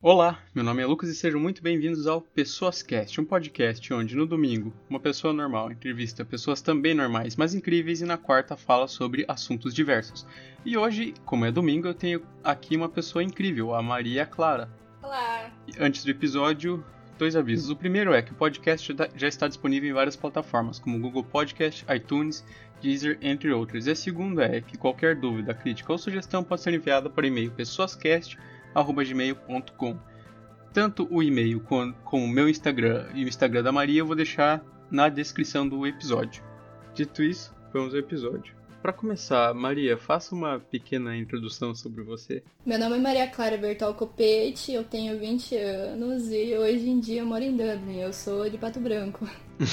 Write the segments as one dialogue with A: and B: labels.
A: Olá, meu nome é Lucas e sejam muito bem-vindos ao PessoasCast, um podcast onde no domingo uma pessoa normal entrevista pessoas também normais, mas incríveis, e na quarta fala sobre assuntos diversos. E hoje, como é domingo, eu tenho aqui uma pessoa incrível, a Maria Clara.
B: Olá!
A: Antes do episódio, 2 avisos. O primeiro é que o podcast já está disponível em várias plataformas, como Google Podcast, iTunes, Deezer, entre outras. E a segunda é que qualquer dúvida, crítica ou sugestão pode ser enviada por e-mail pessoascast@gmail.com. Tanto o e-mail com o meu Instagram e o Instagram da Maria eu vou deixar na descrição do episódio. Dito isso, vamos ao episódio. Para começar, Maria, faça uma pequena introdução sobre você.
B: Meu nome é Maria Clara Bertol Copete, eu tenho 20 anos e hoje em dia eu moro em Dublin, eu sou de Pato Branco.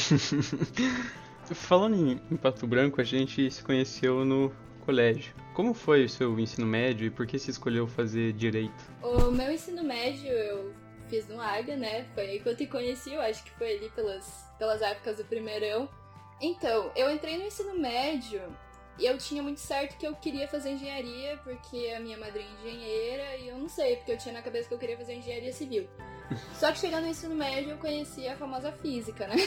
A: Falando em Pato Branco, a gente se conheceu no colégio. Como foi o seu ensino médio e por que você escolheu fazer direito?
B: O meu ensino médio eu fiz no Águia, né? Foi aí que eu te conheci, eu acho que foi ali pelas épocas do primeirão. Então, eu entrei no ensino médio e eu tinha muito certo que eu queria fazer engenharia, porque a minha madrinha é engenheira, e eu não sei, porque eu tinha na cabeça que eu queria fazer engenharia civil. Só que chegando no ensino médio eu conheci a famosa física, né?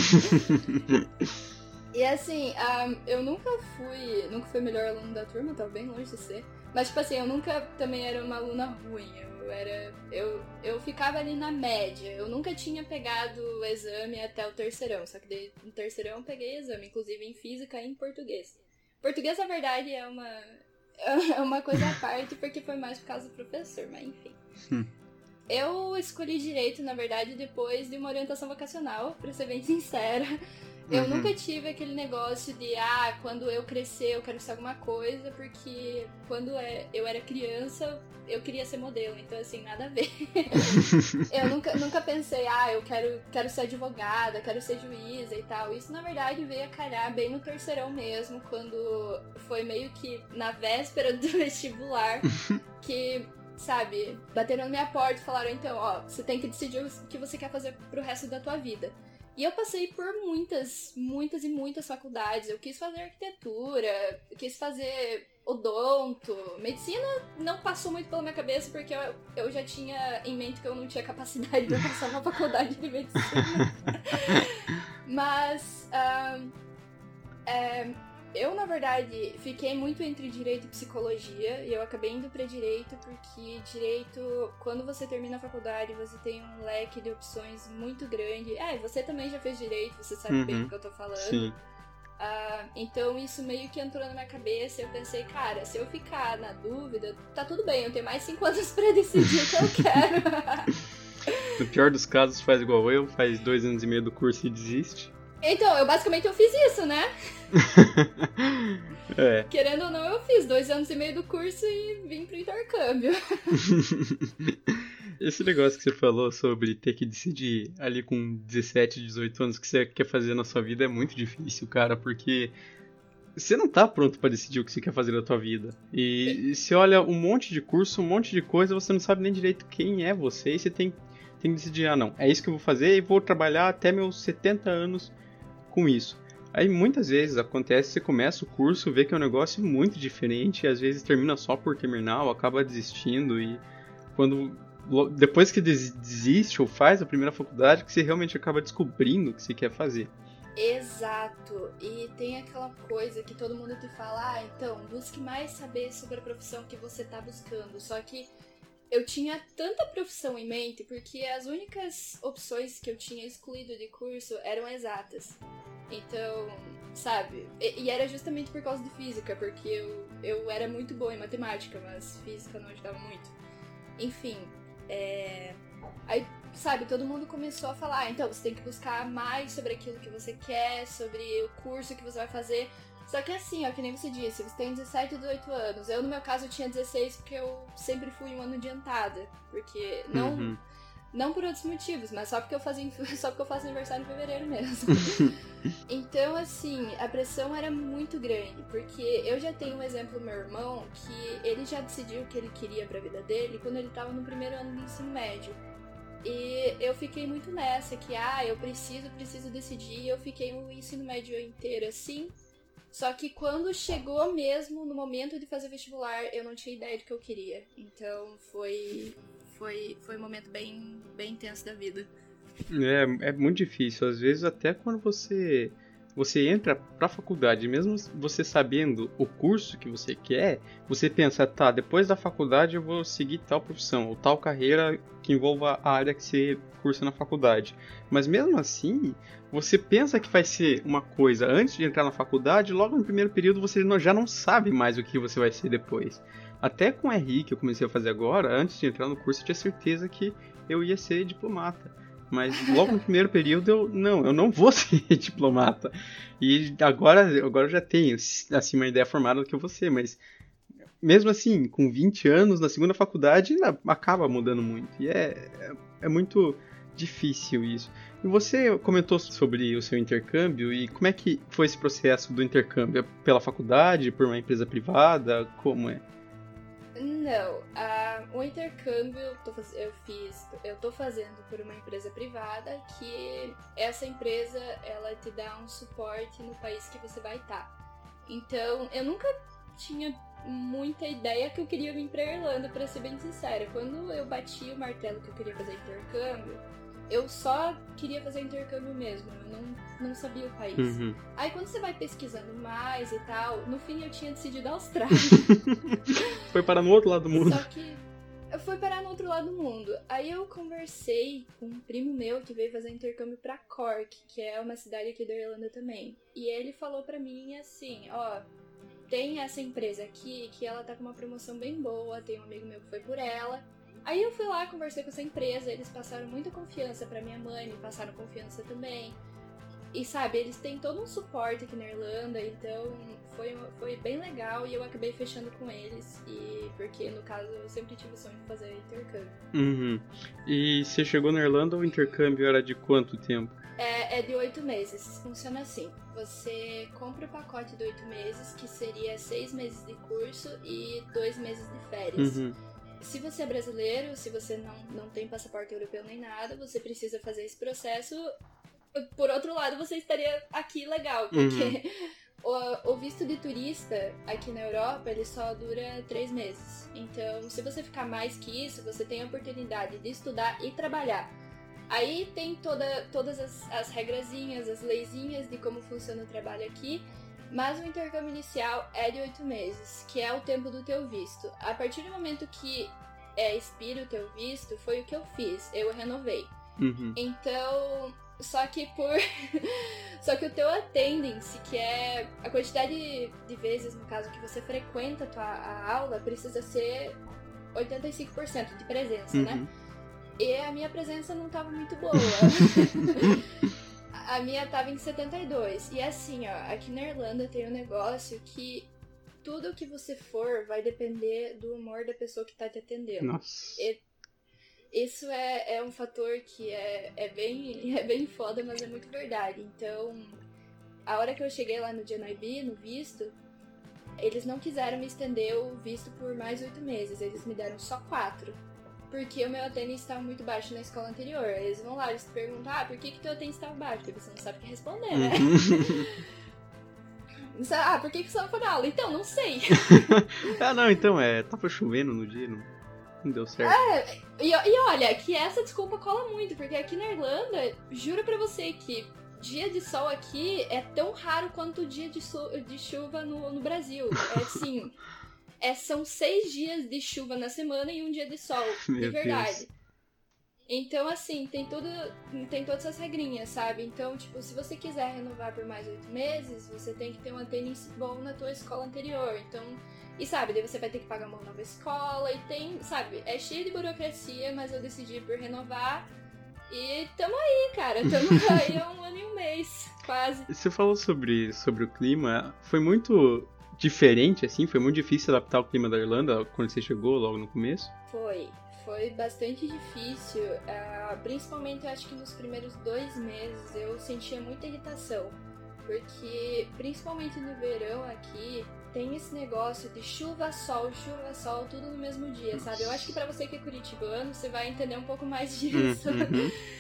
B: E assim, eu nunca fui a melhor aluna da turma, tava bem longe de ser. Mas tipo assim, eu nunca também era uma aluna ruim, eu ficava ali na média. Eu nunca tinha pegado o exame até o terceirão, só que no terceirão eu peguei exame, inclusive em física e em português. Português, na verdade, é uma coisa à parte, porque foi mais por causa do professor, mas enfim. Eu escolhi direito, na verdade, depois de uma orientação vocacional, pra ser bem sincera. Eu nunca tive aquele negócio de, quando eu crescer eu quero ser alguma coisa, porque quando eu era criança eu queria ser modelo, então assim, nada a ver. Eu nunca pensei, eu quero ser advogada, quero ser juíza e tal. Isso, na verdade, veio a calhar bem no terceirão mesmo, quando foi meio que na véspera do vestibular, que, sabe, bateram na minha porta e falaram, então, você tem que decidir o que você quer fazer pro resto da tua vida. E eu passei por muitas e muitas faculdades. Eu quis fazer arquitetura, quis fazer odonto. Medicina não passou muito pela minha cabeça, porque eu já tinha em mente que eu não tinha capacidade de passar na faculdade de medicina. Mas eu, na verdade, fiquei muito entre direito e psicologia, e eu acabei indo pra direito porque direito, quando você termina a faculdade, você tem um leque de opções muito grande. Você também já fez direito, você sabe bem do que eu tô falando.
A: Sim.
B: Então isso meio que entrou na minha cabeça, e eu pensei, cara, se eu ficar na dúvida, tá tudo bem, eu tenho mais 5 anos pra decidir o que eu quero.
A: No pior dos casos, faz igual eu, faz 2 anos e meio do curso e desiste.
B: Então, eu fiz isso, né? Querendo ou não, eu fiz 2 anos e meio do curso e vim pro intercâmbio.
A: Esse negócio que você falou sobre ter que decidir ali com 17, 18 anos o que você quer fazer na sua vida é muito difícil, cara, porque você não tá pronto pra decidir o que você quer fazer na tua vida. E você olha um monte de curso, um monte de coisa, você não sabe nem direito quem é você, e você tem que decidir, não, é isso que eu vou fazer e vou trabalhar até meus 70 anos com isso. Aí muitas vezes acontece, você começa o curso, vê que é um negócio muito diferente, e às vezes termina só por terminar, ou acaba desistindo, e depois que desiste ou faz a primeira faculdade, que você realmente acaba descobrindo o que você quer fazer.
B: Exato, e tem aquela coisa que todo mundo te fala, então, busque mais saber sobre a profissão que você tá buscando, só que eu tinha tanta profissão em mente, porque as únicas opções que eu tinha excluído de curso eram exatas. Então, sabe? E era justamente por causa de física, porque eu era muito boa em matemática, mas física não ajudava muito. Enfim, aí, sabe, todo mundo começou a falar, então, você tem que buscar mais sobre aquilo que você quer, sobre o curso que você vai fazer. Só que assim, que nem você disse, você tem 17 e 18 anos. Eu, no meu caso, eu tinha 16 porque eu sempre fui um ano adiantada. Porque não por outros motivos, mas só porque eu faço aniversário em fevereiro mesmo. Então, assim, a pressão era muito grande, porque eu já tenho um exemplo do meu irmão, que ele já decidiu o que ele queria pra vida dele quando ele tava no primeiro ano do ensino médio. E eu fiquei muito nessa, que eu preciso decidir, e eu fiquei o ensino médio inteiro assim. Só que quando chegou mesmo no momento de fazer vestibular, eu não tinha ideia do que eu queria. Então foi foi um momento bem, bem intenso da vida.
A: É muito difícil. Às vezes, até quando você entra pra faculdade, mesmo você sabendo o curso que você quer, você pensa, tá, depois da faculdade eu vou seguir tal profissão, ou tal carreira que envolva a área que você cursa na faculdade. Mas mesmo assim, você pensa que vai ser uma coisa antes de entrar na faculdade, logo no primeiro período você já não sabe mais o que você vai ser depois. Até com o RI que eu comecei a fazer agora, antes de entrar no curso, eu tinha certeza que eu ia ser diplomata. Mas logo no primeiro período eu não vou ser diplomata. E agora eu já tenho assim, uma ideia formada do que eu vou ser, mas mesmo assim, com 20 anos na segunda faculdade, acaba mudando muito. E é muito difícil isso. E você comentou sobre o seu intercâmbio, e como é que foi esse processo do intercâmbio? É pela faculdade, por uma empresa privada? Como é?
B: Não, o intercâmbio eu tô fazendo por uma empresa privada, que essa empresa, ela te dá um suporte no país que você vai estar. Então, eu nunca tinha muita ideia que eu queria vir pra Irlanda, pra ser bem sincera. Quando eu bati o martelo que eu queria fazer intercâmbio, eu só queria fazer intercâmbio mesmo, eu não sabia o país.
A: Uhum.
B: Aí quando você vai pesquisando mais e tal, no fim eu tinha decidido a Austrália.
A: Foi parar no outro lado do mundo.
B: Só que eu fui parar no outro lado do mundo. Aí eu conversei com um primo meu que veio fazer intercâmbio pra Cork, que é uma cidade aqui da Irlanda também. E ele falou pra mim assim, ó, tem essa empresa aqui que ela tá com uma promoção bem boa, tem um amigo meu que foi por ela. Aí eu fui lá, conversei com essa empresa, eles passaram muita confiança pra minha mãe, me passaram confiança também. E sabe, eles têm todo um suporte aqui na Irlanda, então foi bem legal e eu acabei fechando com eles, porque no caso eu sempre tive o sonho de fazer intercâmbio.
A: Uhum. E você chegou na Irlanda, o intercâmbio era de quanto tempo?
B: É de 8 meses, funciona assim. Você compra o pacote de 8 meses, que seria 6 meses de curso e 2 meses de férias.
A: Uhum.
B: Se você é brasileiro, se você não tem passaporte europeu nem nada, você precisa fazer esse processo. Por outro lado, você estaria aqui legal, porque o visto de turista aqui na Europa, ele só dura 3 meses. Então, se você ficar mais que isso, você tem a oportunidade de estudar e trabalhar. Aí tem todas as regrazinhas, as leizinhas de como funciona o trabalho aqui, mas o intercâmbio inicial é de 8 meses, que é o tempo do teu visto. A partir do momento que expira o teu visto, foi o que eu fiz, eu renovei.
A: Uhum.
B: Então, só que o teu attendance, que é a quantidade de vezes, no caso, que você frequenta a aula, precisa ser 85% de presença, né? E a minha presença não tava muito boa. A minha tava em 72. E assim, ó, aqui na Irlanda tem um negócio que tudo que você for vai depender do humor da pessoa que tá te atendendo.
A: Nossa.
B: Isso é um fator que é bem foda, mas é muito verdade. Então, a hora que eu cheguei lá no GNIB, no visto, eles não quiseram me estender o visto por mais 8 meses. Eles me deram só 4. Porque o meu attendance estava muito baixo na escola anterior. Eles vão lá, eles perguntam, por que teu attendance estava baixo? Porque você não sabe o que responder, né? Por que você não foi na aula? Então, não sei.
A: Tava chovendo no dia, não deu certo.
B: E olha, que essa desculpa cola muito, porque aqui na Irlanda, juro pra você que dia de sol aqui é tão raro quanto o dia de chuva no Brasil. É assim... são 6 dias de chuva na semana e um dia de sol, de verdade. Deus. Então, assim, tem todas essas regrinhas, sabe? Então, tipo, se você quiser renovar por mais 8 meses, você tem que ter um attendance bom na tua escola anterior. Então, e sabe, daí você vai ter que pagar uma nova escola e tem, sabe, é cheio de burocracia, mas eu decidi por renovar. E tamo aí, cara, tamo aí há 1 ano e 1 mês, quase.
A: Você falou sobre o clima, foi muito... diferente, assim? Foi muito difícil adaptar o clima da Irlanda quando você chegou logo no começo?
B: Foi bastante difícil. Principalmente, eu acho que nos primeiros 2 meses eu sentia muita irritação. Porque, principalmente no verão aqui, tem esse negócio de chuva, sol, tudo no mesmo dia, sabe? Eu acho que pra você que é curitibano, você vai entender um pouco mais disso.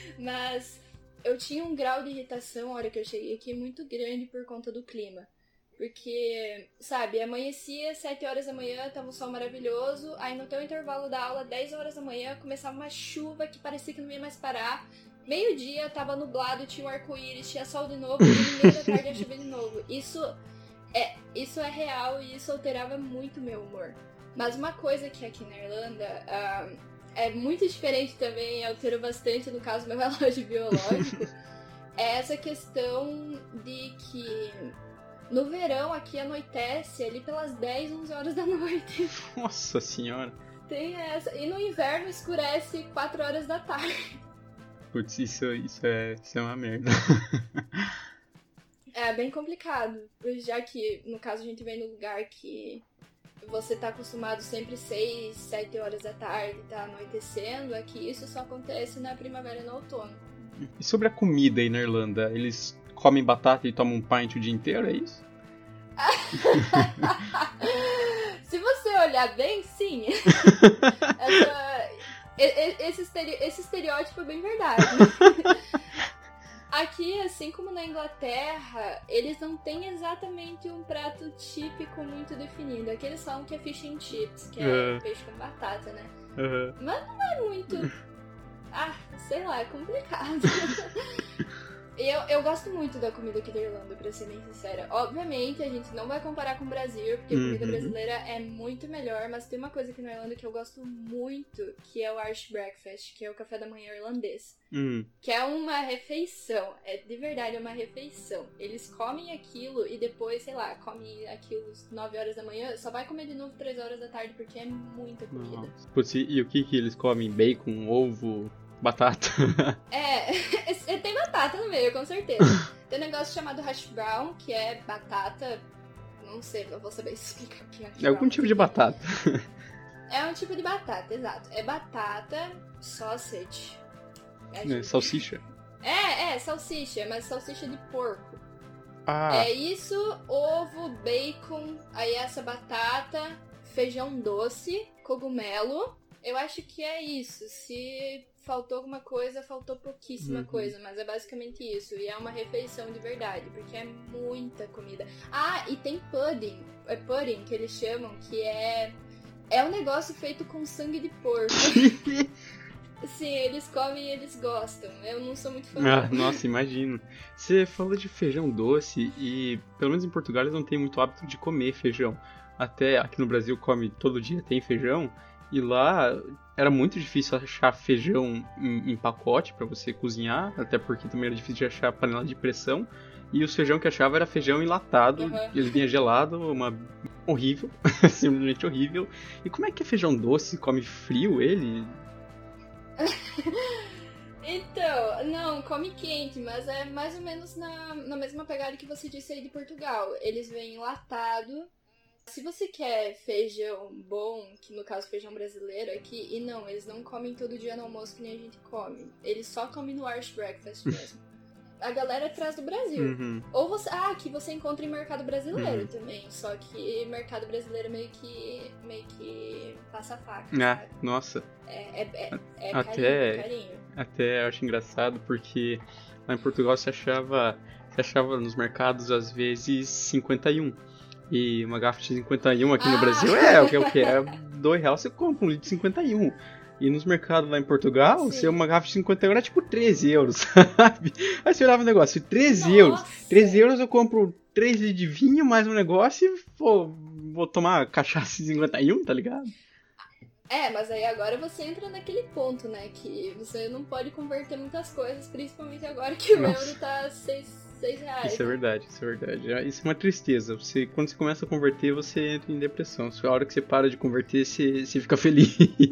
B: Mas eu tinha um grau de irritação na hora que eu cheguei aqui muito grande por conta do clima. Porque, sabe, amanhecia 7 horas da manhã, tava um sol maravilhoso, aí no teu intervalo da aula, 10 horas da manhã, começava uma chuva que parecia que não ia mais parar. Meio-dia, tava nublado, tinha um arco-íris, tinha sol de novo, e no meio da tarde ia chover de novo. Isso é real e isso alterava muito meu humor. Mas uma coisa que aqui na Irlanda é muito diferente também, alterou bastante, no caso, meu relógio biológico, é essa questão de que no verão aqui anoitece ali pelas 10, 11 horas da noite.
A: Nossa senhora.
B: Tem essa. E no inverno escurece 4 horas da tarde.
A: Putz, isso é uma merda.
B: É bem complicado, já que no caso a gente vem num lugar que você tá acostumado sempre 6, 7 horas da tarde, tá anoitecendo, aqui isso só acontece na primavera e no outono.
A: E sobre a comida aí na Irlanda, eles comem batata e tomam um pint o dia inteiro, é isso?
B: Se você olhar bem, sim. Esse estereótipo é bem verdade. Aqui, assim como na Inglaterra, eles não têm exatamente um prato típico muito definido. Aqui eles falam que é fish and chips, que é peixe com batata, né? Mas não é muito... sei lá, é complicado. Eu gosto muito da comida aqui da Irlanda, pra ser bem sincera. Obviamente, a gente não vai comparar com o Brasil, porque a comida brasileira é muito melhor, mas tem uma coisa aqui na Irlanda que eu gosto muito, que é o Irish Breakfast, que é o café da manhã irlandês. Que é uma refeição, é de verdade uma refeição. Eles comem aquilo e depois, sei lá, comem aquilo às 9 horas da manhã, só vai comer de novo 3 horas da tarde, porque é muita comida.
A: Putz, e o que eles comem? Bacon, ovo... Batata.
B: Tem batata no meio, com certeza. Tem um negócio chamado hash brown, que é batata... Não sei, não vou saber explicar o que é hash brown.
A: É algum tipo de batata.
B: É um tipo de batata, exato. É batata, sausage.
A: Salsicha?
B: Salsicha, mas salsicha de porco.
A: Ah.
B: É isso, ovo, bacon, aí essa batata, feijão doce, cogumelo. Eu acho que é isso. Se faltou alguma coisa, faltou pouquíssima coisa, mas é basicamente isso. E é uma refeição de verdade, porque é muita comida. E tem pudding. É pudding que eles chamam, que é um negócio feito com sangue de porco. Sim, eles comem e eles gostam. Eu não sou muito fã.
A: Nossa, imagino. Você falou de feijão doce e, pelo menos em Portugal, eles não têm muito hábito de comer feijão. Até aqui no Brasil come todo dia, tem feijão. E lá era muito difícil achar feijão em pacote pra você cozinhar, até porque também era difícil de achar panela de pressão. E o feijão que achava era feijão enlatado, ele vinha gelado, horrível, simplesmente horrível. E como é que é feijão doce? Come frio ele?
B: Então, não, come quente, mas é mais ou menos na mesma pegada que você disse aí de Portugal. Eles vêm enlatado. Se você quer feijão bom, que no caso feijão brasileiro aqui, e não, eles não comem todo dia no almoço que nem a gente come. Eles só comem no Irish Breakfast mesmo. A galera traz do Brasil. Ou você. Aqui você encontra em mercado brasileiro também. Só que mercado brasileiro meio que passa a faca. Sabe?
A: Nossa.
B: É carinho.
A: Até eu acho engraçado porque lá em Portugal você achava nos mercados às vezes 51. E uma garrafa de 51 aqui no Brasil o que é R$2 você compra um litro de 51. E nos mercados lá em Portugal, uma garrafa de 51 era tipo 13 euros, sabe? Aí você olhava o negócio, 13 euros. 13 euros eu compro 3 litros de vinho, mais um negócio e vou tomar cachaça de 51, tá ligado?
B: Mas aí agora você entra naquele ponto, né? Que você não pode converter muitas coisas, principalmente agora que o euro tá R$6.
A: Isso é verdade. Isso é uma tristeza. Quando você começa a converter, você entra em depressão. A hora que você para de converter, você fica feliz.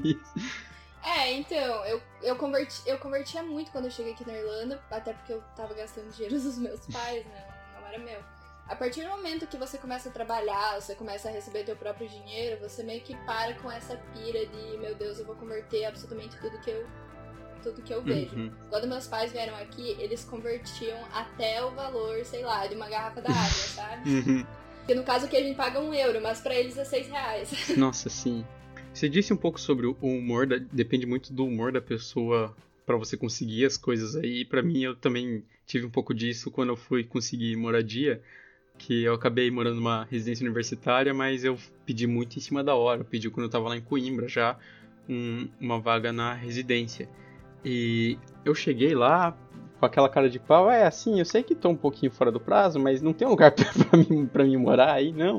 B: Então, eu convertia muito quando eu cheguei aqui na Irlanda, até porque eu tava gastando dinheiro dos meus pais, né? Não era meu. A partir do momento que você começa a trabalhar, você começa a receber teu próprio dinheiro, você meio que para com essa pira de, meu Deus, eu vou converter absolutamente tudo que eu vejo. Quando meus pais vieram aqui, eles convertiam até o valor, sei lá, de uma garrafa d'água, sabe? Porque no caso aqui a gente paga €1, mas pra eles é R$6.
A: Nossa, sim. Você disse um pouco sobre o humor, depende muito do humor da pessoa pra você conseguir as coisas aí. Pra mim, eu também tive um pouco disso quando eu fui conseguir moradia. que eu acabei morando numa residência universitária, mas eu pedi muito em cima da hora. Eu pedi quando eu tava lá em Coimbra já uma vaga na residência. E eu cheguei lá com aquela cara de pau, assim, eu sei que tô um pouquinho fora do prazo, mas não tem um lugar pra mim morar aí, não.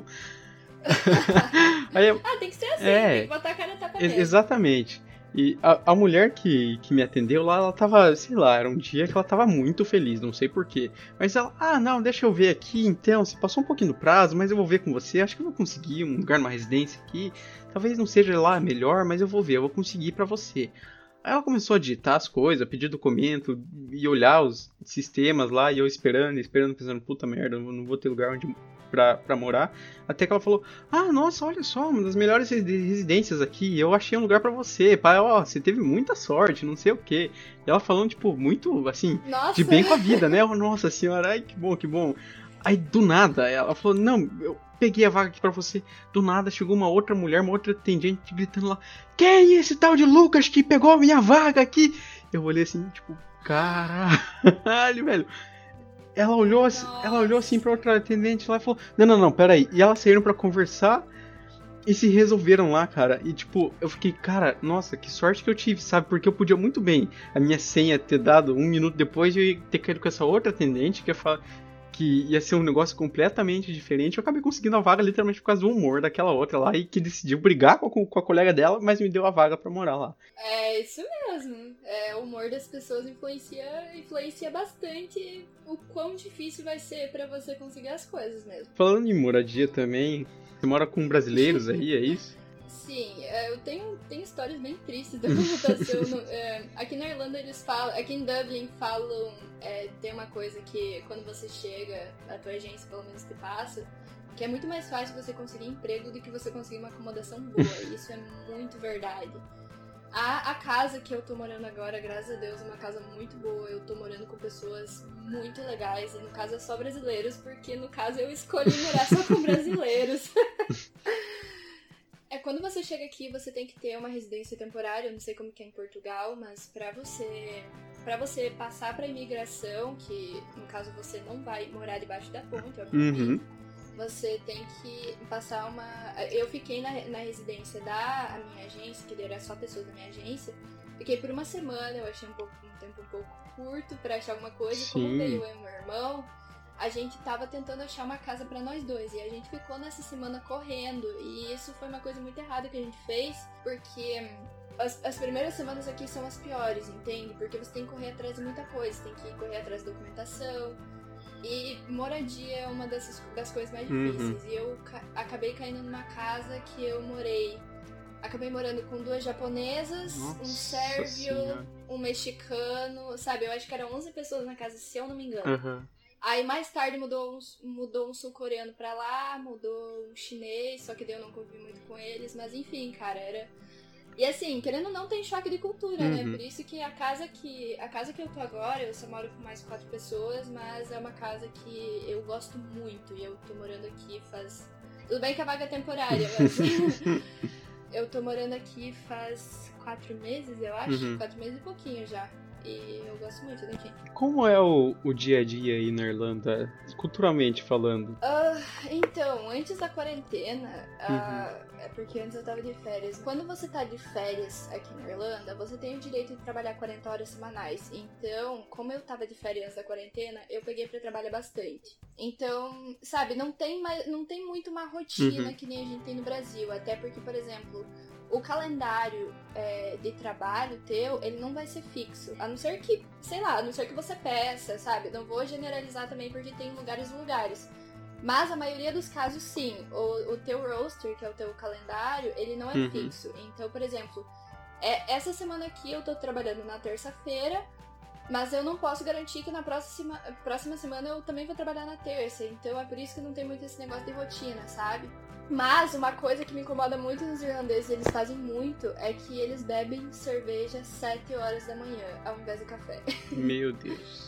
A: Aí
B: tem que ser assim, tem que botar a cara na tapa mesmo.
A: Exatamente. E a mulher que me atendeu lá, ela tava, sei lá, era um dia que ela tava muito feliz, não sei porquê. Mas ela, não, deixa eu ver aqui, então, você passou um pouquinho do prazo, mas eu vou ver com você, acho que eu vou conseguir um lugar numa residência aqui. Talvez não seja lá melhor, mas eu vou ver, eu vou conseguir pra você. Aí ela começou a digitar as coisas, pedir documento e olhar os sistemas lá, e eu esperando, pensando, puta merda, eu não vou ter lugar onde pra morar. Até que ela falou, nossa, olha só, uma das melhores residências aqui, eu achei um lugar pra você, pai, você teve muita sorte, não sei o quê. E ela falando, tipo, muito, assim,
B: nossa,
A: de bem com a vida, né? Nossa senhora, ai, que bom, que bom. Aí, do nada, ela falou, não, eu peguei a vaga aqui pra você. Do nada, chegou uma outra mulher, uma outra atendente, gritando lá, quem é esse tal de Lucas que pegou a minha vaga aqui? Eu olhei assim, tipo, caralho, velho. Ela olhou assim pra outra atendente lá e falou, não, peraí. E elas saíram pra conversar e se resolveram lá, cara. E tipo, eu fiquei, cara, nossa, que sorte que eu tive, sabe? Porque eu podia muito bem a minha senha ter dado 1 minuto depois e ter caído com essa outra atendente que ia ser um negócio completamente diferente. Eu acabei conseguindo a vaga literalmente por causa do humor daquela outra lá e que decidiu brigar com a colega dela, mas me deu a vaga pra morar lá.
B: É isso mesmo. O humor das pessoas influencia bastante o quão difícil vai ser pra você conseguir as coisas mesmo.
A: Falando em moradia também, você mora com brasileiros aí, é isso?
B: Sim, eu tenho histórias bem tristes da computação. Aqui na Irlanda eles falam, aqui em Dublin falam, tem uma coisa que quando você chega, a tua agência pelo menos te passa, que é muito mais fácil você conseguir emprego do que você conseguir uma acomodação boa. E isso é muito verdade. A casa que eu tô morando agora, graças a Deus, é uma casa muito boa. Eu tô morando com pessoas muito legais, e no caso é só brasileiros, porque no caso eu escolhi morar só com brasileiros. Quando você chega aqui, você tem que ter uma residência temporária, eu não sei como que é em Portugal, mas pra você passar pra imigração, que no caso você não vai morar debaixo da ponte, obviamente, você tem que passar uma... Eu fiquei na residência da minha agência, que era só pessoas da minha agência, fiquei por 1 semana, eu achei um tempo um pouco curto pra achar alguma coisa.
A: Sim.
B: Como veio eu e meu irmão, a gente tava tentando achar uma casa pra nós dois, e a gente ficou nessa semana correndo, e isso foi uma coisa muito errada que a gente fez, porque as primeiras semanas aqui são as piores, entende? Porque você tem que correr atrás de muita coisa, tem que correr atrás de documentação, e moradia é uma das coisas mais difíceis, e eu acabei caindo numa casa que eu acabei morando com 2 japonesas,
A: Nossa
B: um sérvio,
A: senhora.
B: um mexicano, sabe? Eu acho que eram 11 pessoas na casa, se eu não me engano. Aí mais tarde mudou um sul-coreano pra lá, mudou um chinês, só que daí eu não convivi muito com eles, mas enfim, cara, era... E assim, querendo ou não, tem choque de cultura, né? Por isso que a casa que eu tô agora, eu só moro com mais 4 pessoas, mas é uma casa que eu gosto muito, e eu tô morando aqui faz... Tudo bem que a vaga é temporária, mas... eu tô morando aqui faz 4 meses, eu acho, 4 meses e pouquinho já. E eu gosto muito daqui.
A: Como é o dia a dia aí na Irlanda, culturalmente falando?
B: Então, antes da quarentena, é porque antes eu tava de férias. Quando você tá de férias aqui na Irlanda, você tem o direito de trabalhar 40 horas semanais. Então, como eu tava de férias antes da quarentena, eu peguei pra trabalhar bastante. Então, sabe, não tem muito uma rotina que nem a gente tem no Brasil. Até porque, por exemplo, o calendário de trabalho teu, ele não vai ser fixo. A não ser que, sei lá, a não ser que você peça, sabe? Não vou generalizar também porque tem lugares e lugares. Mas a maioria dos casos, sim. O teu roster, que é o teu calendário, ele não é fixo. Então, por exemplo, essa semana aqui eu tô trabalhando na terça-feira, mas eu não posso garantir que na próxima semana eu também vou trabalhar na terça. Então é por isso que não tem muito esse negócio de rotina, sabe? Mas uma coisa que me incomoda muito nos irlandeses, eles fazem muito, é que eles bebem cerveja às 7 horas da manhã, ao invés de café.
A: Meu Deus.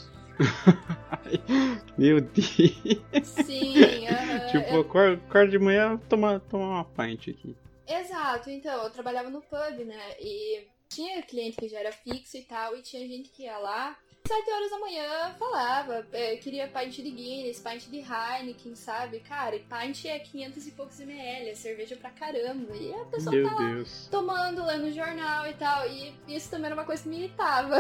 A: Meu Deus.
B: Sim,
A: Tipo, acordo de manhã, tomar uma pint aqui.
B: Exato, então, eu trabalhava no pub, né, e Tinha cliente que já era fixo e tal, e tinha gente que ia lá, 7 horas da manhã, falava, queria pint de Guinness, pint de Heineken, sabe? Cara, e pint é 500 e poucos ml, é cerveja pra caramba. E a pessoa
A: Meu
B: tá lá
A: Deus.
B: tomando, lendo jornal e tal. E isso também era uma coisa que me irritava.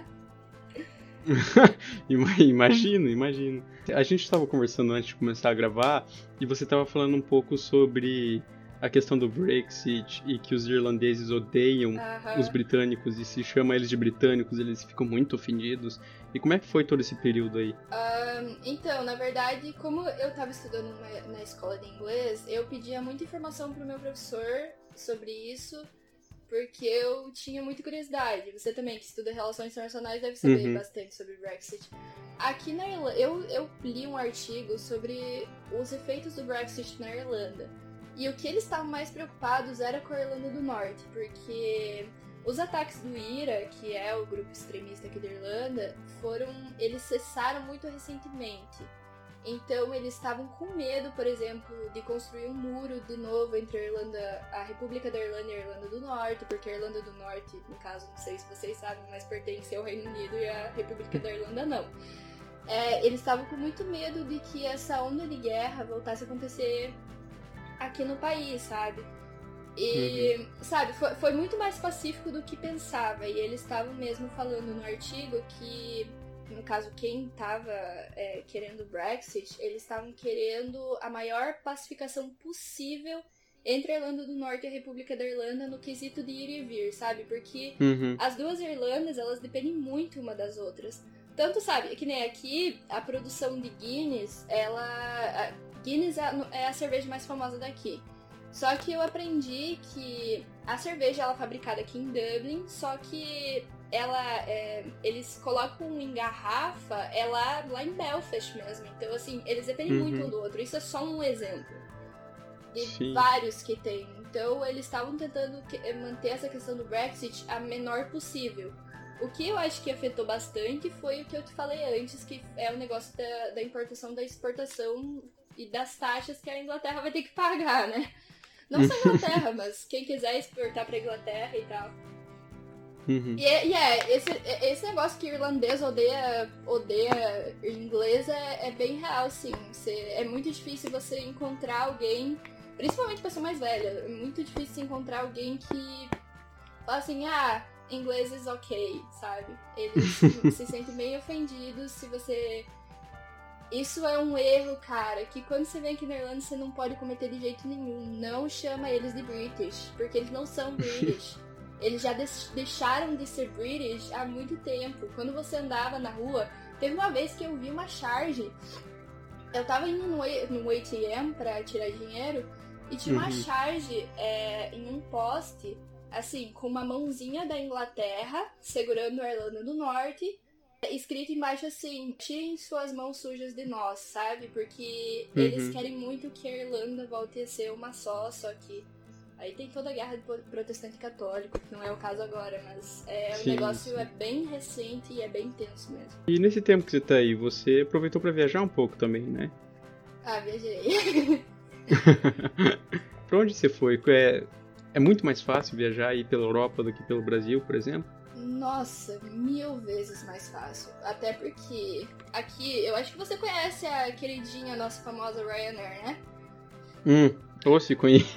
A: Imagino. A gente estava conversando antes de começar a gravar e você estava falando um pouco sobre a questão do Brexit e que os irlandeses odeiam os britânicos e se chama eles de britânicos, eles ficam muito ofendidos. E como é que foi todo esse período aí?
B: Então, na verdade, como eu estava estudando na escola de inglês, eu pedia muita informação pro meu professor sobre isso, porque eu tinha muita curiosidade. Você também, que estuda relações internacionais, deve saber bastante sobre o Brexit. Aqui na Irlanda, eu li um artigo sobre os efeitos do Brexit na Irlanda. E o que eles estavam mais preocupados era com a Irlanda do Norte, porque os ataques do IRA, que é o grupo extremista aqui da Irlanda, eles cessaram muito recentemente. Então eles estavam com medo, por exemplo, de construir um muro de novo entre a República da Irlanda e a Irlanda do Norte, porque a Irlanda do Norte, no caso, não sei se vocês sabem, mas pertence ao Reino Unido e a República da Irlanda não. Eles estavam com muito medo de que essa onda de guerra voltasse a acontecer aqui no país, sabe? E, sabe, foi muito mais pacífico do que pensava. E eles estavam mesmo falando no artigo que, no caso, quem estava querendo o Brexit, eles estavam querendo a maior pacificação possível entre a Irlanda do Norte e a República da Irlanda no quesito de ir e vir, sabe? Porque as duas Irlandas, elas dependem muito uma das outras. Tanto, sabe, que nem aqui, a produção de Guinness, Guinness é a cerveja mais famosa daqui. Só que eu aprendi que a cerveja ela é fabricada aqui em Dublin, só que eles colocam em garrafa lá em Belfast mesmo. Então, assim, eles dependem muito um do outro. Isso é só um exemplo de vários que tem. Então, eles estavam tentando manter essa questão do Brexit a menor possível. O que eu acho que afetou bastante foi o que eu te falei antes, que é o negócio da importação, da exportação e das taxas que a Inglaterra vai ter que pagar, né? Não só a Inglaterra, mas quem quiser exportar pra Inglaterra e tal. Esse negócio que irlandês odeia inglês é bem real, sim. É muito difícil você encontrar alguém, principalmente pessoa mais velha, é muito difícil encontrar alguém que fala assim, inglês is ok, sabe? Eles se sentem bem ofendidos se você... Isso é um erro, cara, que quando você vem aqui na Irlanda você não pode cometer de jeito nenhum. Não chama eles de British, porque eles não são British. Eles já deixaram de ser British há muito tempo. Quando você andava na rua, teve uma vez que eu vi uma charge. Eu tava indo no ATM pra tirar dinheiro e tinha uma charge em um poste, assim, com uma mãozinha da Inglaterra segurando a Irlanda do Norte, escrito embaixo assim, tirem suas mãos sujas de nós, sabe? Porque eles querem muito que a Irlanda volte a ser uma só que aí tem toda a guerra de protestante e católico, que não é o caso agora, mas o negócio é bem recente e é bem intenso mesmo.
A: E nesse tempo que você tá aí, você aproveitou pra viajar um pouco também, né?
B: Viajei.
A: Pra onde você foi? É muito mais fácil viajar aí pela Europa do que pelo Brasil, por exemplo?
B: Nossa, 1000 vezes mais fácil. Até porque aqui, eu acho que você conhece a queridinha, nossa famosa Ryanair, né?
A: Se conhece.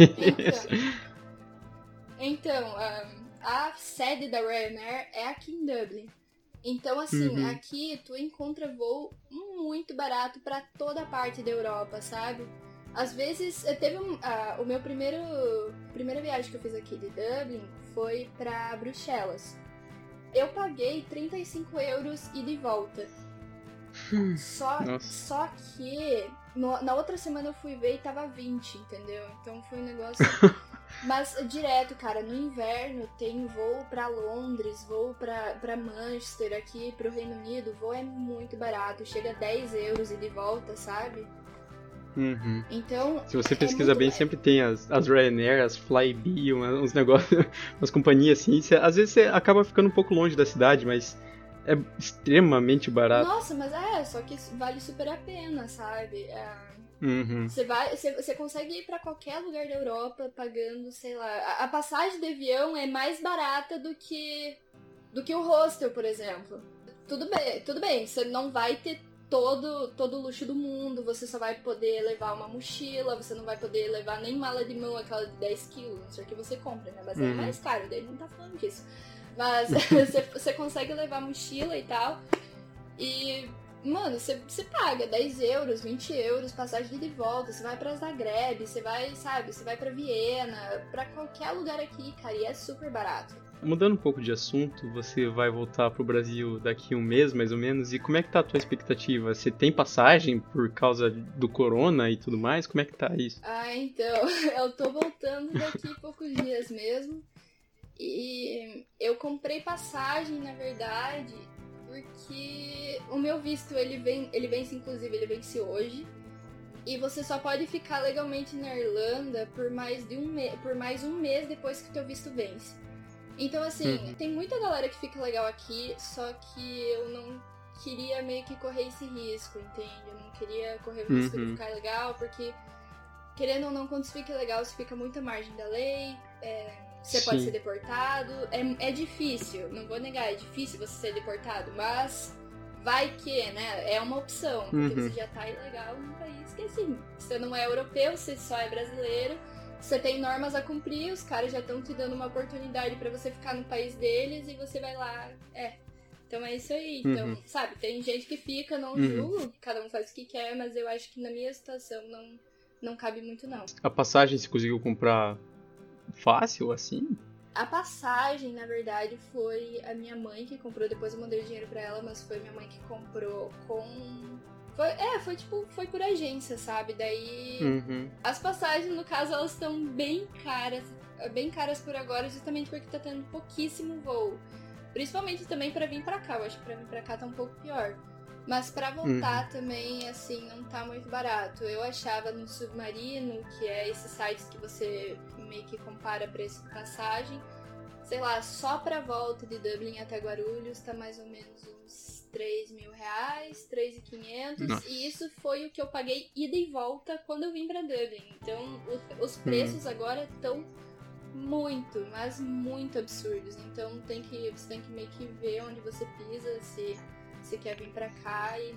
B: Então, a sede da Ryanair é aqui em Dublin. Então, assim, aqui tu encontra voo muito barato pra toda parte da Europa, sabe? Às vezes, teve o meu primeira viagem que eu fiz aqui de Dublin foi pra Bruxelas. Eu paguei 35 euros ida e volta. Só que na outra semana eu fui ver e tava 20, entendeu? Então foi um negócio... Mas direto, cara, no inverno tem voo pra Londres, voo pra Manchester, aqui pro Reino Unido, o voo é muito barato, chega a 10 euros ida e volta, sabe? Então,
A: se você pesquisa bem, sempre tem as Ryanair, as Flybe, uns negócios, umas companhias assim. Às vezes você acaba ficando um pouco longe da cidade, mas é extremamente barato.
B: Nossa, mas só que vale super a pena, sabe?
A: Uhum.
B: Você consegue ir pra qualquer lugar da Europa pagando, sei lá, a passagem de avião é mais barata do que o hostel, por exemplo. Tudo bem, você não vai ter todo o luxo do mundo, você só vai poder levar uma mochila, você não vai poder levar nem mala de mão, aquela de 10 quilos, não sei o que você compra, né? Mas é mais caro, daí não tá falando disso. Mas você consegue levar mochila e tal, e, mano, você paga 10 euros, 20 euros, passagem de volta, você vai pra Zagreb, você vai pra Viena, pra qualquer lugar aqui, cara, e é super barato.
A: Mudando um pouco de assunto, você vai voltar pro Brasil daqui um mês, mais ou menos, e como é que tá a tua expectativa? Você tem passagem por causa do corona e tudo mais? Como é que tá isso?
B: Então, eu tô voltando daqui a poucos dias mesmo, e eu comprei passagem, na verdade, porque o meu visto, ele vence hoje, e você só pode ficar legalmente na Irlanda por mais um mês depois que o teu visto vence. Então, assim, tem muita galera que fica legal aqui, só que eu não queria meio que correr esse risco, entende? Eu não queria correr o risco de ficar legal, porque, querendo ou não, quando você fica legal, você fica muita margem da lei, você pode ser deportado. É difícil, não vou negar, é difícil você ser deportado, mas vai que, né? É uma opção, porque você já tá ilegal num país que, assim, você não é europeu, você só é brasileiro. Você tem normas a cumprir, os caras já estão te dando uma oportunidade pra você ficar no país deles e você vai lá. Então é isso aí. Então, sabe, tem gente que fica, não julgo, cada um faz o que quer, mas eu acho que na minha situação não cabe muito, não.
A: A passagem você conseguiu comprar fácil, assim?
B: A passagem, na verdade, foi a minha mãe que comprou, depois eu mandei o dinheiro pra ela, mas foi minha mãe que comprou foi por agência, sabe? Daí as passagens, no caso, elas estão bem caras por agora, justamente porque tá tendo pouquíssimo voo. Principalmente também pra vir pra cá, eu acho que pra vir pra cá tá um pouco pior. Mas pra voltar também, assim, não tá muito barato. Eu achava no Submarino, que é esses sites que você meio que compara preço de passagem, sei lá, só pra volta de Dublin até Guarulhos tá mais ou menos uns R$3.000, R$3.500, e isso foi o que eu paguei ida e volta quando eu vim pra Dublin. Então os preços agora estão muito, mas muito absurdos. Então você tem que meio que ver onde você pisa, se você quer vir pra cá e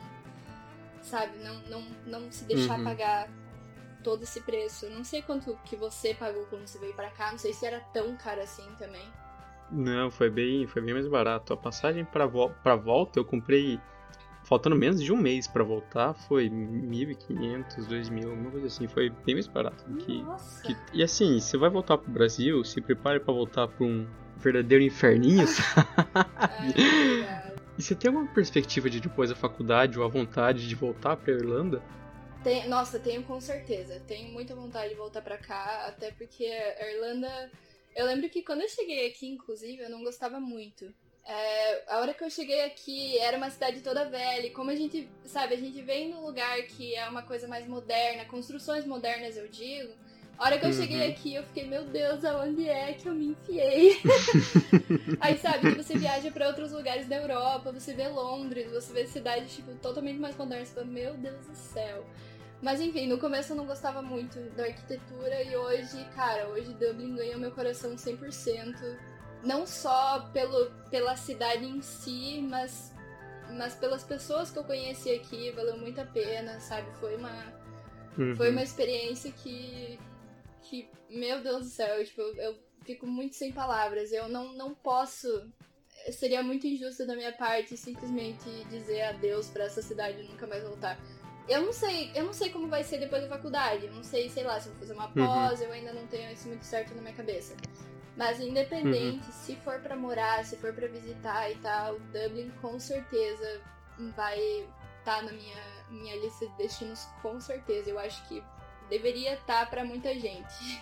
B: não se deixar pagar todo esse preço. Eu não sei quanto que você pagou quando você veio pra cá, não sei se era tão caro assim também.
A: Não, foi bem mais barato. A passagem pra volta eu comprei faltando menos de um mês pra voltar, foi 1.500, 2.000, uma coisa assim, foi bem mais barato do que... E assim, você vai voltar pro Brasil, se prepare pra voltar pra um verdadeiro inferninho, sabe? E você tem alguma perspectiva de depois da faculdade ou a vontade de voltar pra Irlanda?
B: Nossa, tenho com certeza. Tenho muita vontade de voltar pra cá, até porque a Irlanda... Eu lembro que quando eu cheguei aqui, inclusive, eu não gostava muito. A hora que eu cheguei aqui, era uma cidade toda velha, e como a gente vem num lugar que é uma coisa mais moderna, construções modernas, eu digo. A hora que eu cheguei aqui, eu fiquei, meu Deus, aonde é que eu me enfiei? Aí, sabe, que você viaja pra outros lugares da Europa, você vê Londres, você vê cidades, tipo, totalmente mais modernas, você fala, meu Deus do céu. Mas enfim, no começo eu não gostava muito da arquitetura, e hoje, cara, Dublin ganhou meu coração 100%. Não só pela cidade em si, mas pelas pessoas que eu conheci aqui, valeu muito a pena, sabe? Foi uma experiência que, meu Deus do céu, tipo, eu fico muito sem palavras. Eu não posso... Seria muito injusto da minha parte simplesmente dizer adeus pra essa cidade e nunca mais voltar. Eu não sei como vai ser depois da faculdade. Eu não sei, lá, se eu vou fazer uma pós, eu ainda não tenho isso muito certo na minha cabeça. Mas independente, se for pra morar, se for pra visitar e tal, Dublin com certeza vai estar na minha lista de destinos, com certeza. Eu acho que deveria estar pra muita gente.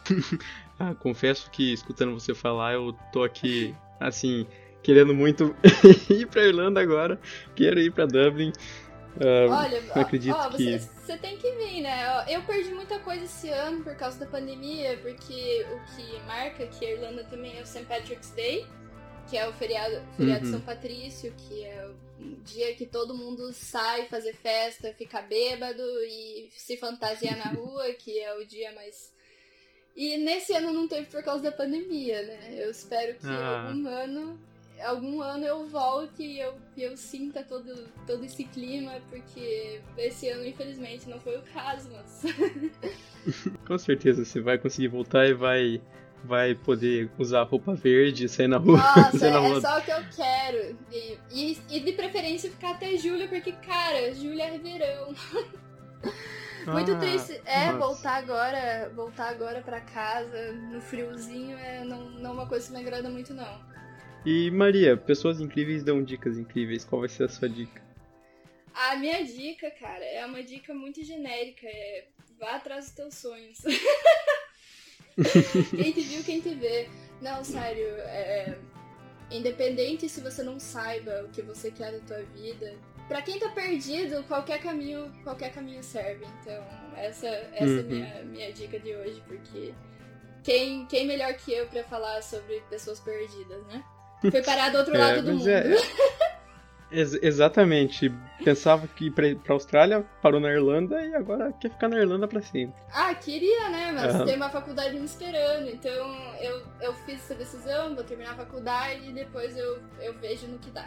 A: Confesso que, escutando você falar, eu tô aqui, assim, querendo muito ir pra Irlanda agora. Quero ir pra Dublin.
B: Olha,
A: acredito que...
B: Você tem que vir, né? Eu perdi muita coisa esse ano por causa da pandemia, porque o que marca que a Irlanda também é o St. Patrick's Day. que é o feriado de São Patrício, que é o dia que todo mundo sai fazer festa, ficar bêbado e se fantasiar na rua, que é o dia mais... E nesse ano não teve por causa da pandemia, né? Eu espero que algum ano eu volte e eu sinta todo esse clima, porque esse ano, infelizmente, não foi o caso, mas...
A: Com certeza, você vai conseguir voltar e vai poder usar roupa verde, sair na rua.
B: Nossa, é só o que eu quero. E de preferência ficar até julho, porque, cara, julho é verão. Muito triste. Voltar agora pra casa, no friozinho, não é uma coisa que me agrada muito, não.
A: E Maria, pessoas incríveis dão dicas incríveis. Qual vai ser a sua dica?
B: A minha dica, cara, é uma dica muito genérica. Vá atrás dos teus sonhos. Quem te viu, quem te vê. Não, sério, independente se você não saiba o que você quer da tua vida, pra quem tá perdido, qualquer caminho serve. Então, essa é a minha dica de hoje, porque quem melhor que eu pra falar sobre pessoas perdidas, né? Foi parar do outro lado do mundo.
A: Exatamente. Pensava que ir pra Austrália, parou na Irlanda e agora quer ficar na Irlanda pra sempre.
B: Queria, né? Mas tem uma faculdade me esperando. Então eu fiz essa decisão, vou terminar a faculdade e depois eu vejo no que dá.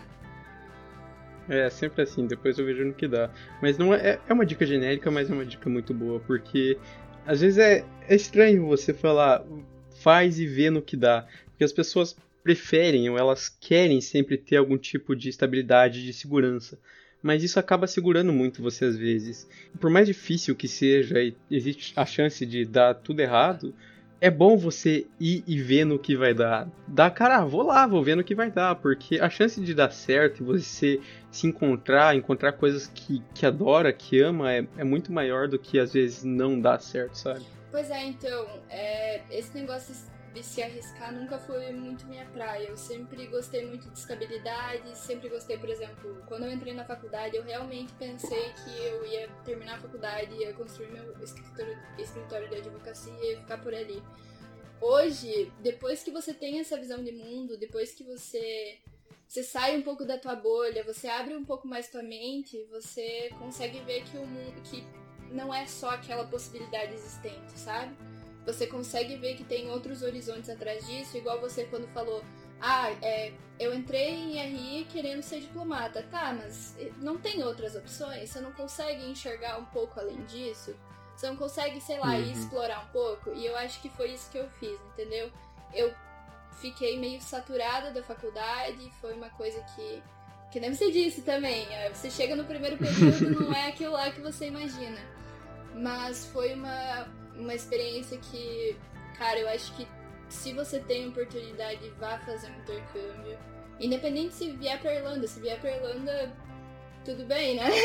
A: É sempre assim, depois eu vejo no que dá. Mas não é uma dica genérica, mas é uma dica muito boa, porque às vezes é estranho você falar, faz e vê no que dá. Porque as pessoas preferem ou elas querem sempre ter algum tipo de estabilidade, de segurança. Mas isso acaba segurando muito você às vezes. Por mais difícil que seja e existe a chance de dar tudo errado, é bom você ir e ver no que vai dar. Vou ver no que vai dar, porque a chance de dar certo e você se encontrar coisas que adora, que ama, é muito maior do que às vezes não dá certo, sabe?
B: Pois é, então, esse negócio de se arriscar nunca foi muito minha praia. Eu sempre gostei muito de estabilidade, sempre gostei, por exemplo, quando eu entrei na faculdade, eu realmente pensei que eu ia terminar a faculdade, ia construir meu escritório de advocacia e ficar por ali. Hoje, depois que você tem essa visão de mundo, depois que você sai um pouco da tua bolha, você abre um pouco mais tua mente, você consegue ver que o mundo, que não é só aquela possibilidade existente, sabe? Você consegue ver que tem outros horizontes atrás disso, igual você quando falou, eu entrei em RI querendo ser diplomata. Tá, mas não tem outras opções? Você não consegue enxergar um pouco além disso? Você não consegue, sei lá, ir explorar um pouco? E eu acho que foi isso que eu fiz, entendeu? Eu fiquei meio saturada da faculdade, foi uma coisa que nem você disse também, você chega no primeiro período, não é aquilo lá que você imagina. Mas foi uma experiência que, cara, eu acho que se você tem oportunidade, vá fazer um intercâmbio. Independente se vier pra Irlanda. Se vier pra Irlanda, tudo bem, né?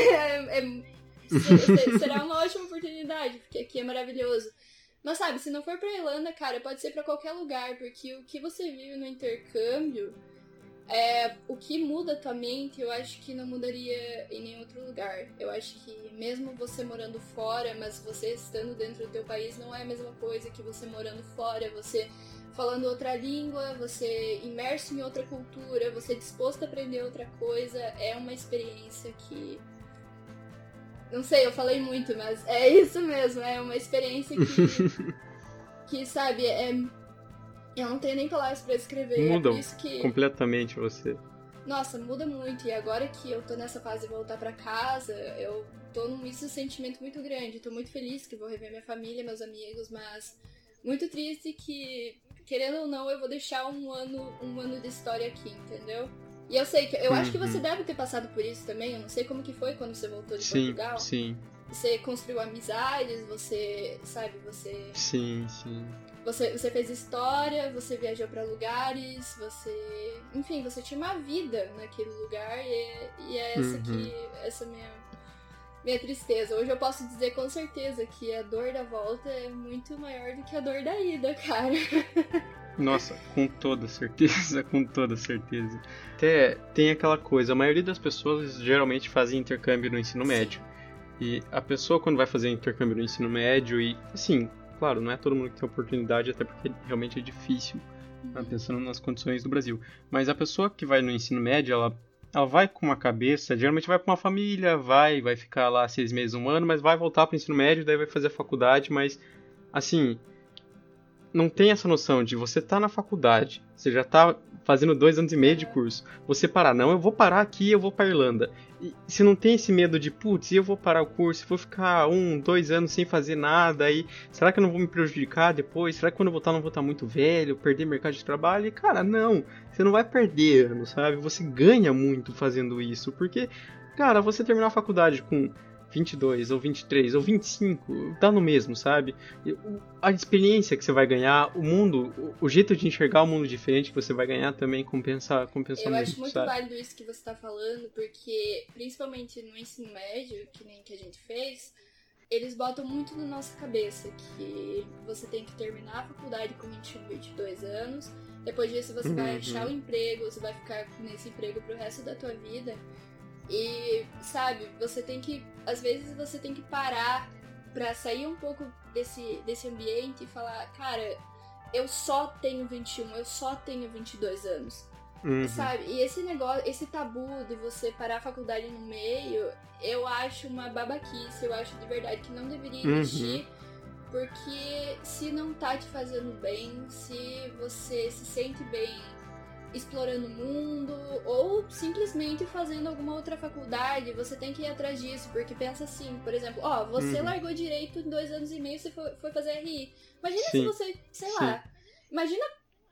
B: Será uma ótima oportunidade, porque aqui é maravilhoso. Mas sabe, se não for pra Irlanda, cara, pode ser pra qualquer lugar, porque o que você vive no intercâmbio, o que muda a tua mente, eu acho que não mudaria em nenhum outro lugar. Eu acho que mesmo você morando fora, mas você estando dentro do teu país, não é a mesma coisa que você morando fora, você falando outra língua, você imerso em outra cultura, você disposto a aprender outra coisa. É uma experiência que... Não sei, eu falei muito, mas é isso mesmo, é uma experiência que sabe, eu não tenho nem palavras pra escrever.
A: Muda
B: é por isso que...
A: completamente você.
B: Nossa, muda muito. E agora que eu tô nessa fase de voltar pra casa, eu tô num sentimento muito grande. Tô muito feliz que vou rever minha família, meus amigos, mas muito triste que, querendo ou não, eu vou deixar um ano de história aqui, entendeu? E eu sei que... Eu acho que você deve ter passado por isso também. Eu não sei como que foi quando você voltou de Portugal.
A: Sim.
B: Você construiu amizades, você... Sabe, você...
A: Sim.
B: Você fez história, você viajou pra lugares, você... Enfim, você tinha uma vida naquele lugar e é essa minha tristeza. Hoje eu posso dizer com certeza que a dor da volta é muito maior do que a dor da ida, cara.
A: Nossa, com toda certeza. Até tem aquela coisa, a maioria das pessoas geralmente fazem intercâmbio no ensino médio. E a pessoa quando vai fazer intercâmbio no ensino médio e, assim, claro, não é todo mundo que tem oportunidade, até porque realmente é difícil. pensando nas condições do Brasil. Mas a pessoa que vai no ensino médio, ela vai com uma cabeça, geralmente vai para uma família, vai ficar lá 6 meses, 1 ano, mas vai voltar para o ensino médio, daí vai fazer a faculdade, mas, assim, não tem essa noção de você tá na faculdade, você já tá fazendo 2 anos e meio de curso, você parar, não, eu vou parar aqui, eu vou pra Irlanda. E você não tem esse medo de, putz, eu vou parar o curso, vou ficar 1, 2 anos sem fazer nada, aí será que eu não vou me prejudicar depois? Será que quando eu voltar eu não vou estar muito velho, perder mercado de trabalho? E, cara, não, você não vai perder ano, sabe? Você ganha muito fazendo isso, porque, cara, você terminar a faculdade com 22, ou 23, ou 25, tá no mesmo, sabe? A experiência que você vai ganhar, o mundo, o jeito de enxergar o mundo diferente que você vai ganhar também compensa muito,
B: Eu acho muito
A: sabe?
B: válido isso que você tá falando, porque principalmente no ensino médio, que nem que a gente fez, eles botam muito na nossa cabeça que você tem que terminar a faculdade com 21, 22 anos, depois disso você vai achar um emprego, você vai ficar nesse emprego pro resto da tua vida. E, sabe, você tem que... Às vezes você tem que parar pra sair um pouco desse ambiente e falar, cara, eu só tenho 21, eu só tenho 22 anos. Sabe? E esse negócio, esse tabu de você parar a faculdade no meio, eu acho uma babaquice, eu acho de verdade que não deveria existir. Porque se não tá te fazendo bem, se você se sente bem explorando o mundo ou simplesmente fazendo alguma outra faculdade, você tem que ir atrás disso, porque pensa assim, por exemplo, você largou direito em 2 anos e meio, você foi fazer RI. Imagina se você, sei lá, imagina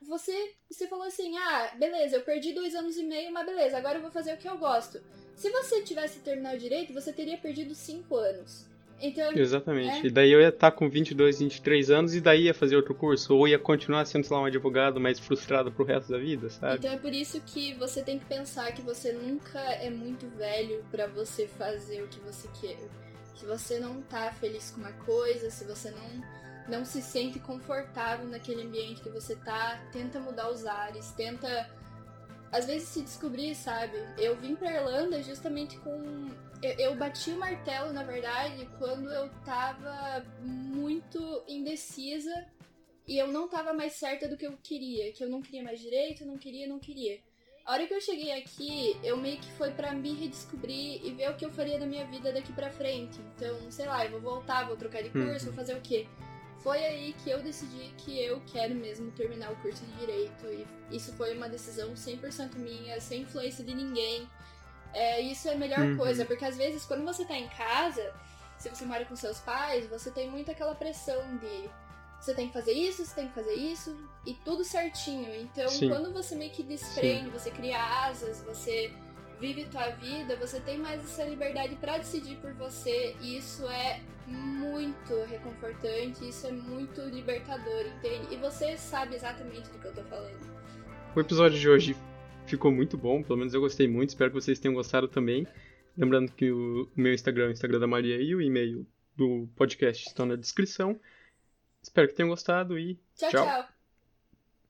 B: você falou assim, beleza, eu perdi 2 anos e meio, mas beleza, agora eu vou fazer o que eu gosto. Se você tivesse terminado direito, você teria perdido 5 anos. Então,
A: exatamente. E daí eu ia estar com 22, 23 anos e daí ia fazer outro curso. Ou ia continuar sendo, sei lá, um advogado mais frustrado pro resto da vida, sabe?
B: Então é por isso que você tem que pensar que você nunca é muito velho pra você fazer o que você quer. Se você não tá feliz com uma coisa, se você não se sente confortável naquele ambiente que você tá, tenta mudar os ares, tenta, às vezes, se descobrir, sabe? Eu vim pra Irlanda justamente com... Eu bati o martelo, na verdade, quando eu tava muito indecisa e eu não tava mais certa do que eu queria. Que eu não queria mais direito, não queria. A hora que eu cheguei aqui, eu meio que foi pra me redescobrir e ver o que eu faria da minha vida daqui pra frente. Então, sei lá, eu vou voltar, vou trocar de curso, vou fazer o quê? Foi aí que eu decidi que eu quero mesmo terminar o curso de Direito. E isso foi uma decisão 100% minha, sem influência de ninguém. Isso é a melhor coisa, porque às vezes quando você tá em casa, se você mora com seus pais, você tem muito aquela pressão de você tem que fazer isso, você tem que fazer isso, e tudo certinho. Então, quando você meio que desprende, você cria asas, você vive tua vida, você tem mais essa liberdade pra decidir por você, e isso é muito reconfortante, isso é muito libertador, entende? E você sabe exatamente do que eu tô falando.
A: O episódio de hoje ficou muito bom, pelo menos eu gostei muito, espero que vocês tenham gostado também. Lembrando que o meu Instagram é o Instagram da Maria e o e-mail do podcast estão na descrição. Espero que tenham gostado e
B: tchau!